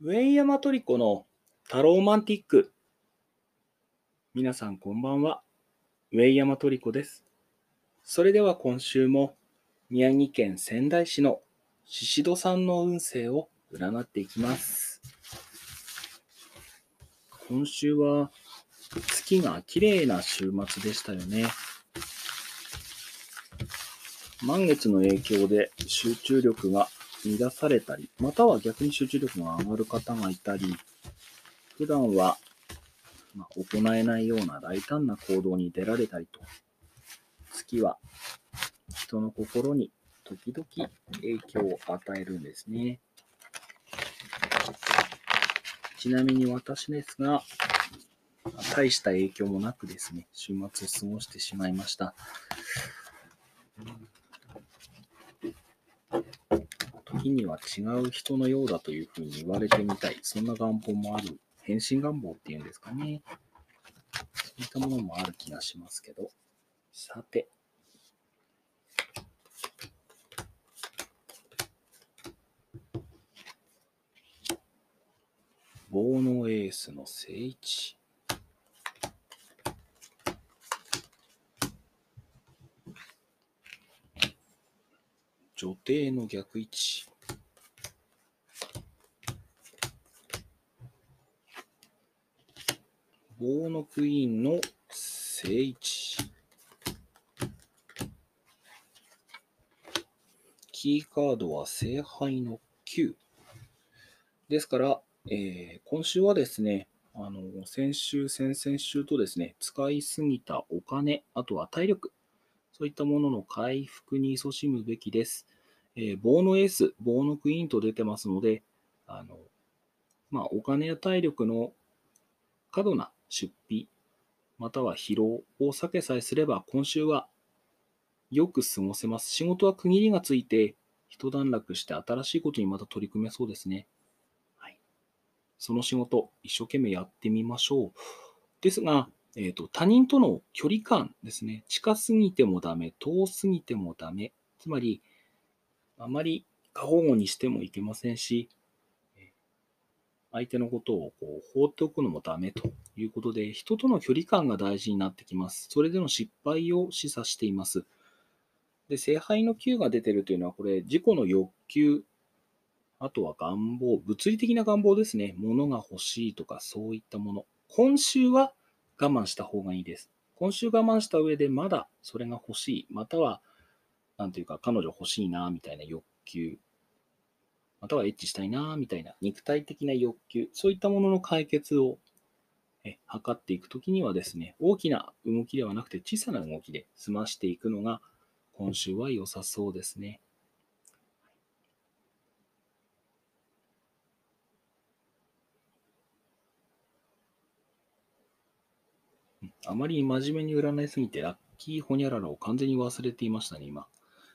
上井山トリコのタローマンティック。皆さんこんばんは。上井山トリコです。それでは今週も宮城県仙台市のししどさんの運勢を占っていきます。今週は月が綺麗な週末でしたよね。満月の影響で集中力が乱されたり、または逆に集中力が上がる方がいたり、普段は行えないような大胆な行動に出られたりと、月は人の心に時々影響を与えるんですね。ちなみに私ですが、大した影響もなくですね、週末を過ごしてしまいました。時には違う人のようだというふうに言われてみたい、そんな願望もある、変身願望っていうんですかね。そういったものもある気がしますけど。さて。棒のエースの正位置。女帝の逆位置。棒のクイーンの正位置。キーカードは聖杯の9。ですから、今週はですね、先週、先々週とですね、使いすぎたお金、あとは体力、そういったものの回復に勤しむべきです。棒のエース、棒のクイーンと出てますので、お金や体力の過度な出費、または疲労を避けさえすれば、今週はよく過ごせます。仕事は区切りがついて、一段落して新しいことにまた取り組めそうですね。はい、その仕事、一生懸命やってみましょう。ですが、他人との距離感ですね。近すぎてもダメ、遠すぎてもダメ。つまり、あまり過保護にしてもいけませんし、相手のことを放っておくのもダメということで、人との距離感が大事になってきます。それでの失敗を示唆しています。で、聖杯の9が出ているというのは、これ、自己の欲求、あとは願望、物理的な願望ですね。物が欲しいとか、そういったもの。今週は我慢した方がいいです。今週我慢した上で、まだそれが欲しい、または、なんていうか、彼女欲しいな、みたいな欲求、またはエッチしたいな、みたいな肉体的な欲求、そういったものの解決を図っていくときにはですね、大きな動きではなくて小さな動きで済ましていくのが今週は良さそうですね。あまり真面目に占いすぎてラッキーホニャララを完全に忘れていましたね、今。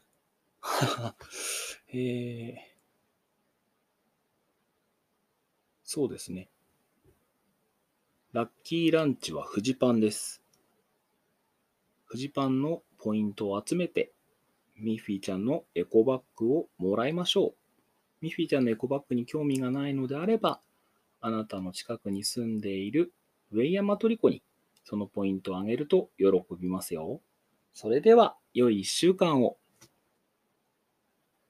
そうですね。ラッキーランチはフジパンです。フジパンのポイントを集めて、ミッフィーちゃんのエコバッグをもらいましょう。ミッフィーちゃんのエコバッグに興味がないのであれば、あなたの近くに住んでいる上山トリコにそのポイントをあげると喜びますよ。それでは、良い1週間を。